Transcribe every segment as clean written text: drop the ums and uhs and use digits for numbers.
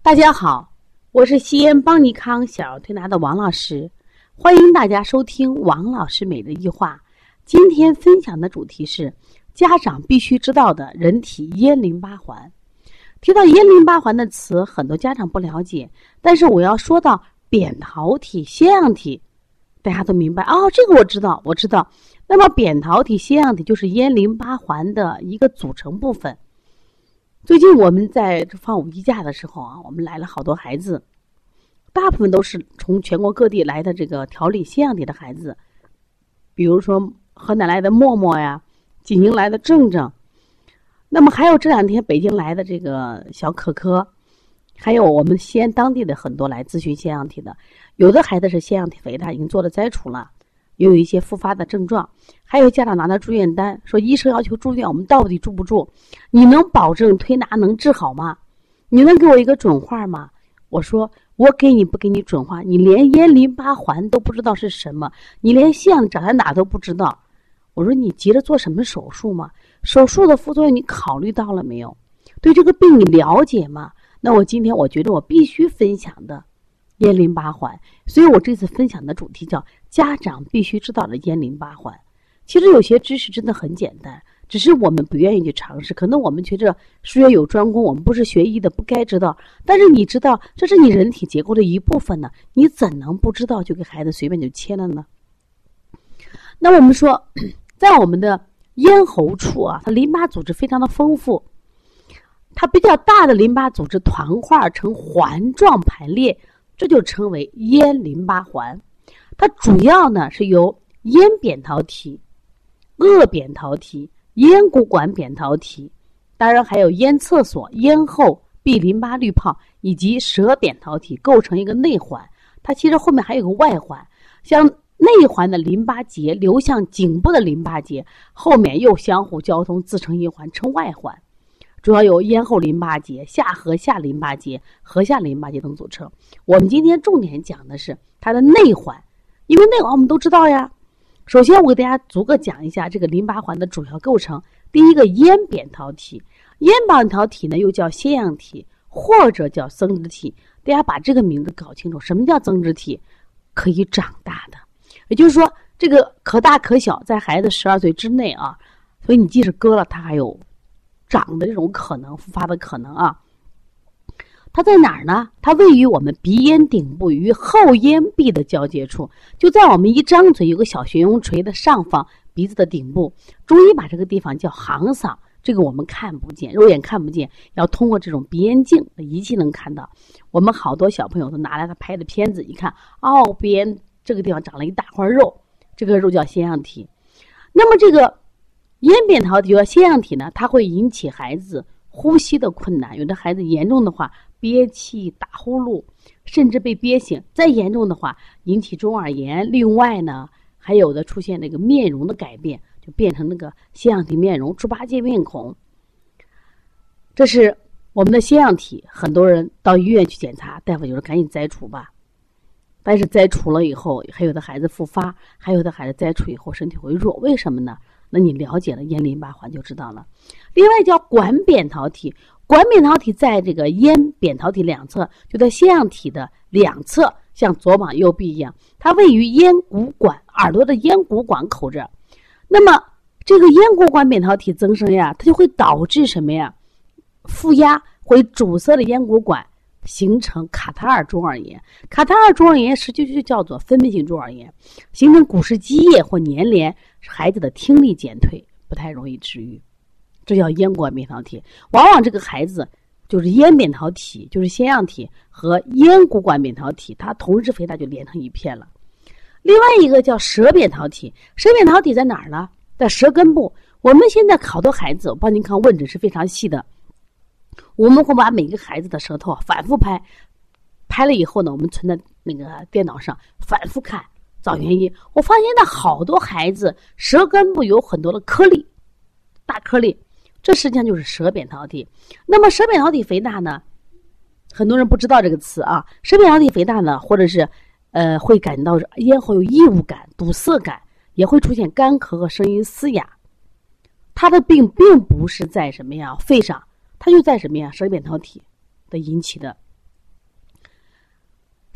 大家好，我是西安邦尼康小儿推拿的王老师，欢迎大家收听王老师每日一话。今天分享的主题是家长必须知道的人体咽淋巴环。提到咽淋巴环的词，很多家长不了解，但是我要说到扁桃体、腺样体，大家都明白哦，这个我知道。那么扁桃体、腺样体就是咽淋巴环的一个组成部分。最近我们在放五一假的时候啊，我们来了好多孩子，大部分都是从全国各地来的这个调理腺样体的孩子，比如说河南来的默默呀，济宁来的正正，那么还有这两天北京来的这个小可可，还有我们西安当地的很多来咨询腺样体的，有的孩子是腺样体肥大，已经做了摘除了，也有一些复发的症状，还有家长拿到住院单说医生要求住院，我们到底住不住？你能保证推拿能治好吗？你能给我一个准话吗？我说我给你不给你准话，你连咽淋巴环都不知道是什么，你连腺样长在哪都不知道。我说你急着做什么手术吗？手术的副作用你考虑到了没有？对这个病你了解吗？那我今天我觉得我必须分享的咽淋巴环，所以我这次分享的主题叫家长必须知道的咽淋巴环。其实有些知识真的很简单，只是我们不愿意去尝试，可能我们觉着术业有专攻，我们不是学医的，不该知道。但是你知道这是你人体结构的一部分呢，你怎能不知道就给孩子随便就切了呢？那我们说在我们的咽喉处啊，它淋巴组织非常的丰富，它比较大的淋巴组织团块呈环状排列，这就称为咽淋巴环。它主要呢是由咽扁桃体、腭扁桃体、咽鼓管扁桃体，当然还有咽厕所、咽后、壁淋巴滤泡以及舌扁桃体构成一个内环。它其实后面还有个外环，像内环的淋巴结流向颈部的淋巴结，后面又相互交通自成一环，称外环。主要由咽后淋巴结、下颌下淋巴结、颌下淋巴结等组成。我们今天重点讲的是它的内环，因为内环我们都知道呀。首先我给大家逐个讲一下这个淋巴环的主要构成。第一个，咽扁桃体。咽扁桃体呢又叫腺样体或者叫增殖体，大家把这个名字搞清楚。什么叫增殖体？可以长大的，也就是说这个可大可小，在孩子12岁之内啊，所以你即使割了它还有长的这种可能，复发的可能啊。它在哪儿呢？它位于我们鼻咽顶部与后咽壁的交界处，就在我们一张嘴有个小悬雍垂的上方，鼻子的顶部。中医把这个地方叫行嗓，这个我们看不见，肉眼看不见，要通过这种鼻咽镜的仪器能看到。我们好多小朋友都拿来他拍的片子，一看，哦，鼻咽这个地方长了一大块肉，这个肉叫腺样体。那么这个咽扁桃体叫腺样体呢，它会引起孩子呼吸的困难，有的孩子严重的话憋气、打呼噜，甚至被憋醒；再严重的话引起中耳炎。另外呢，还有的出现那个面容的改变，就变成那个腺样体面容、猪八戒面孔。这是我们的腺样体，很多人到医院去检查，大夫就说赶紧摘除吧。但是摘除了以后，还有的孩子复发，还有的孩子摘除以后身体会弱，为什么呢？那你了解了咽淋巴环就知道了。另外叫管扁桃体，管扁桃体在这个咽扁桃体两侧，就在腺样体的两侧，像左膀右臂一样，它位于咽鼓管，耳朵的咽鼓管口这儿。那么这个咽鼓管扁桃体增生呀，它就会导致什么呀？负压会阻塞的咽鼓管，形成卡塔尔中耳炎。卡塔尔中耳炎实际就叫做分泌性中耳炎，形成骨质积液或粘连，孩子的听力减退，不太容易治愈。这叫咽管扁桃体。往往这个孩子就是咽扁桃体，就是腺样体和咽鼓管扁桃体，它同时肥大就连成一片了。另外一个叫舌扁桃体，舌扁桃体在哪儿呢？在舌根部。我们现在好多孩子，邦尼康问诊是非常细的，我们会把每个孩子的舌头反复拍，拍了以后呢，我们存在那个电脑上反复看，找原因。我发现呢，好多孩子舌根部有很多的颗粒，大颗粒，这实际上就是舌扁桃体。那么舌扁桃体肥大呢，很多人不知道这个词啊。舌扁桃体肥大呢，或者是会感到咽喉有异物感、堵塞感，也会出现干咳和声音嘶哑。它的病并不是在什么呀肺上，它就在什么呀舌扁桃体的引起的。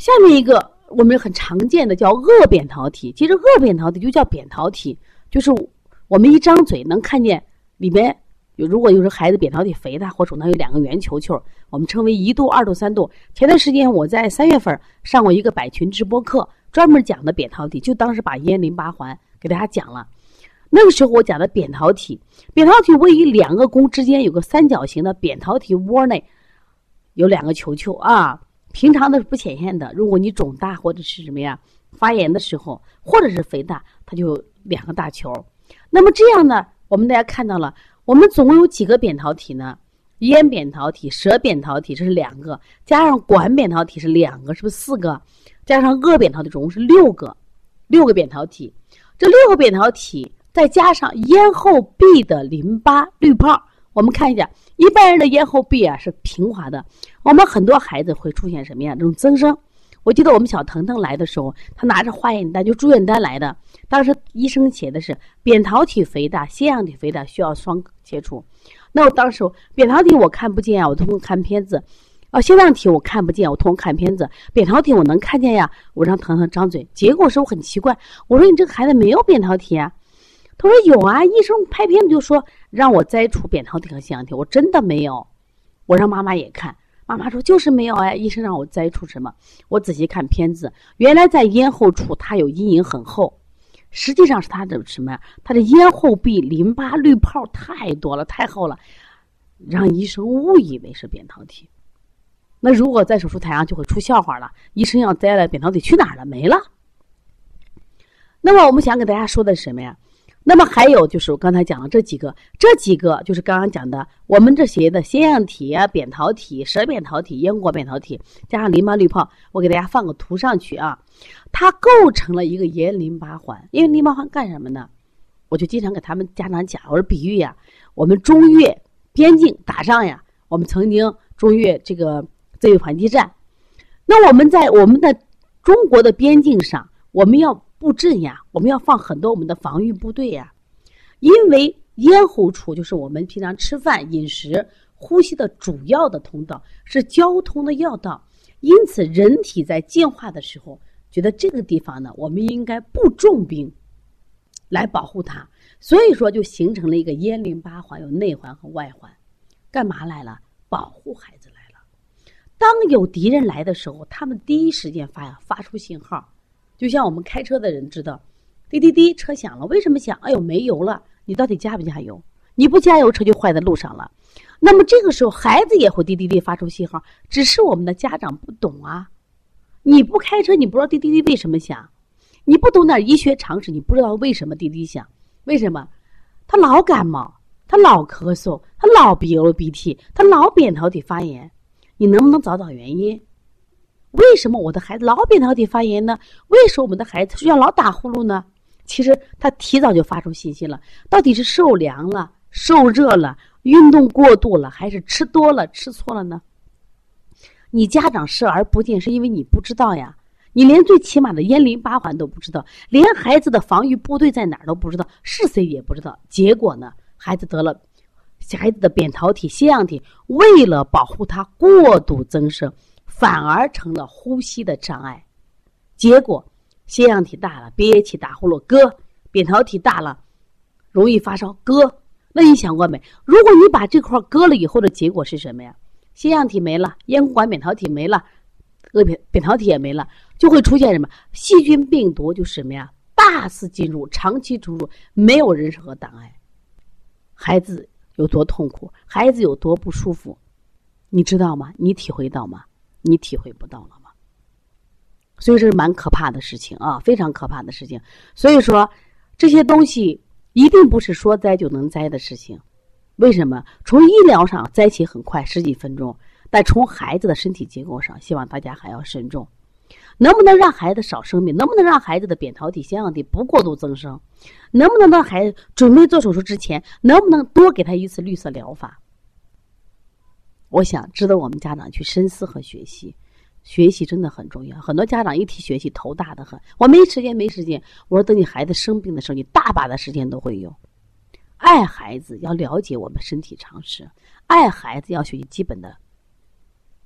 下面一个我们很常见的叫颚扁桃体，其实颚扁桃体就叫扁桃体，就是我们一张嘴能看见里面如果有时候孩子扁桃体肥大或手上有2个圆球球，我们称为1度、2度、3度。前段时间我在3月份上过一个百群直播课，专门讲的扁桃体，就当时把咽淋巴环给大家讲了。那个时候我讲的扁桃体，扁桃体位于2个弓之间有个三角形的扁桃体窝内有2个球球啊，平常的是不显现的，如果你肿大或者是什么呀发炎的时候，或者是肥大，它就有2个大球。那么这样呢，我们大家看到了，我们总共有几个扁桃体呢？咽扁桃体、舌扁桃体这是2个，加上管扁桃体是2个，是不是4个？加上颚扁桃体总共是6个扁桃体。这6个扁桃体再加上咽后壁的淋巴滤泡，我们看一下，一般人的咽后壁啊是平滑的，我们很多孩子会出现什么样这种增生。我记得我们小腾腾来的时候，他拿着化验单就住院单来的，当时医生写的是扁桃体肥大、腺样体肥大，需要双切除。那我当时扁桃体我看不见啊，我通过看片子；腺样体我看不见，我通过看片子；扁桃体我能看见呀，我让腾腾张嘴。结果是我很奇怪，我说你这个孩子没有扁桃体啊？他说有啊，医生拍片子就说让我摘除扁桃体和腺样体，我真的没有。我让妈妈也看。妈妈说就是没有哎，医生让我摘除什么？我仔细看片子，原来在咽后处它有阴影很厚，实际上是它的什么呀？它的咽后壁淋巴滤泡太多了，太厚了，让医生误以为是扁桃体。那如果在手术台上就会出笑话了，医生要摘了扁桃体去哪儿了？没了。那么我们想给大家说的是什么呀？那么还有就是我刚才讲了这几个就是刚刚讲的我们这些的腺样体啊、扁桃体、舌扁桃体、咽管扁桃体加上淋巴滤泡，我给大家放个图上去啊。它构成了一个咽淋巴环。因为淋巴环干什么呢？我就经常给他们家长讲，我说比喻呀，我们中越边境打仗呀，我们曾经中越这个自卫反击战，那我们在我们的中国的边境上，我们要布阵呀，我们要放很多我们的防御部队呀。因为咽喉处就是我们平常吃饭、饮食、呼吸的主要的通道，是交通的要道。因此人体在进化的时候觉得这个地方呢，我们应该布重兵来保护它，所以说就形成了一个咽淋巴环，有内环和外环。干嘛来了？保护孩子来了。当有敌人来的时候，他们第一时间发出信号，就像我们开车的人知道，滴滴滴，车响了，为什么响？哎呦，没油了，你到底加不加油？你不加油，车就坏在路上了。那么这个时候，孩子也会滴滴滴发出信号，只是我们的家长不懂啊。你不开车，你不知道滴滴滴为什么响，你不懂点医学常识，你不知道为什么滴滴响。为什么？他老感冒，他老咳嗽，他老流鼻涕，他老扁桃体发炎。你能不能找找原因？为什么我的孩子老扁桃体发炎呢？为什么我们的孩子睡觉老打呼噜呢？其实他提早就发出信息了，到底是受凉了、受热了、运动过度了，还是吃多了、吃错了呢？你家长视而不见，是因为你不知道呀。你连最起码的咽淋巴环都不知道，连孩子的防御部队在哪儿都不知道，是谁也不知道。结果呢，孩子的扁桃体、腺样体为了保护他过度增生，反而成了呼吸的障碍。结果腺样体大了，憋气打呼噜割；扁桃体大了，容易发烧割。那你想过没？如果你把这块割了以后的结果是什么呀？腺样体没了，咽管扁桃体没了，扁桃体也没了，就会出现什么？细菌病毒就是什么呀？大肆进入，长期出入，没有人和档案。孩子有多痛苦，孩子有多不舒服，你知道吗？你体会到吗？你体会不到了吗？所以这是蛮可怕的事情啊，非常可怕的事情。所以说这些东西一定不是说栽就能栽的事情。为什么？从医疗上栽起很快，10几分钟，但从孩子的身体结构上，希望大家还要慎重。能不能让孩子少生病？能不能让孩子的扁桃体、腺样体不过度增生？能不能让孩子准备做手术之前，能不能多给他一次绿色疗法？我想值得我们家长去深思和学习。学习真的很重要，很多家长一提学习头大得很。我没时间。我说等你孩子生病的时候，你大把的时间都会有。爱孩子要了解我们身体常识，爱孩子要学习基本的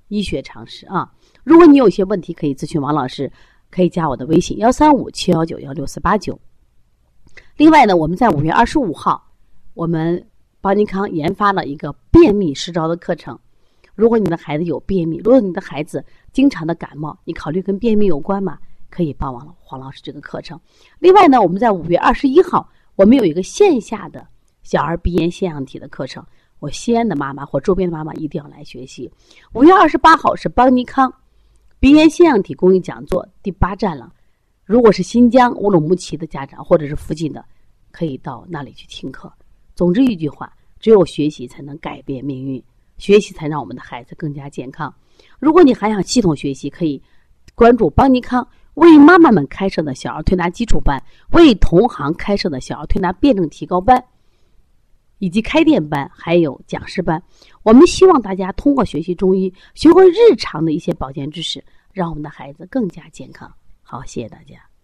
医学常识啊。如果你有些问题可以咨询王老师，可以加我的微信13571916489。另外呢，我们在5月25号，我们邦尼康研发了一个便秘实招的课程。如果你的孩子有便秘，如果你的孩子经常的感冒，你考虑跟便秘有关吗？可以报黄老师这个课程。另外呢，我们在5月21号，我们有一个线下的小儿鼻炎腺样体的课程，我西安的妈妈或周边的妈妈一定要来学习。5月28号是邦尼康鼻炎腺样体公益讲座第8站了。如果是新疆乌鲁木齐的家长或者是附近的，可以到那里去听课。总之一句话，只有学习才能改变命运，学习才让我们的孩子更加健康。如果你还想系统学习，可以关注邦尼康为妈妈们开设的小儿推拿基础班，为同行开设的小儿推拿辩证提高班，以及开店班，还有讲师班。我们希望大家通过学习中医，学会日常的一些保健知识，让我们的孩子更加健康。好，谢谢大家。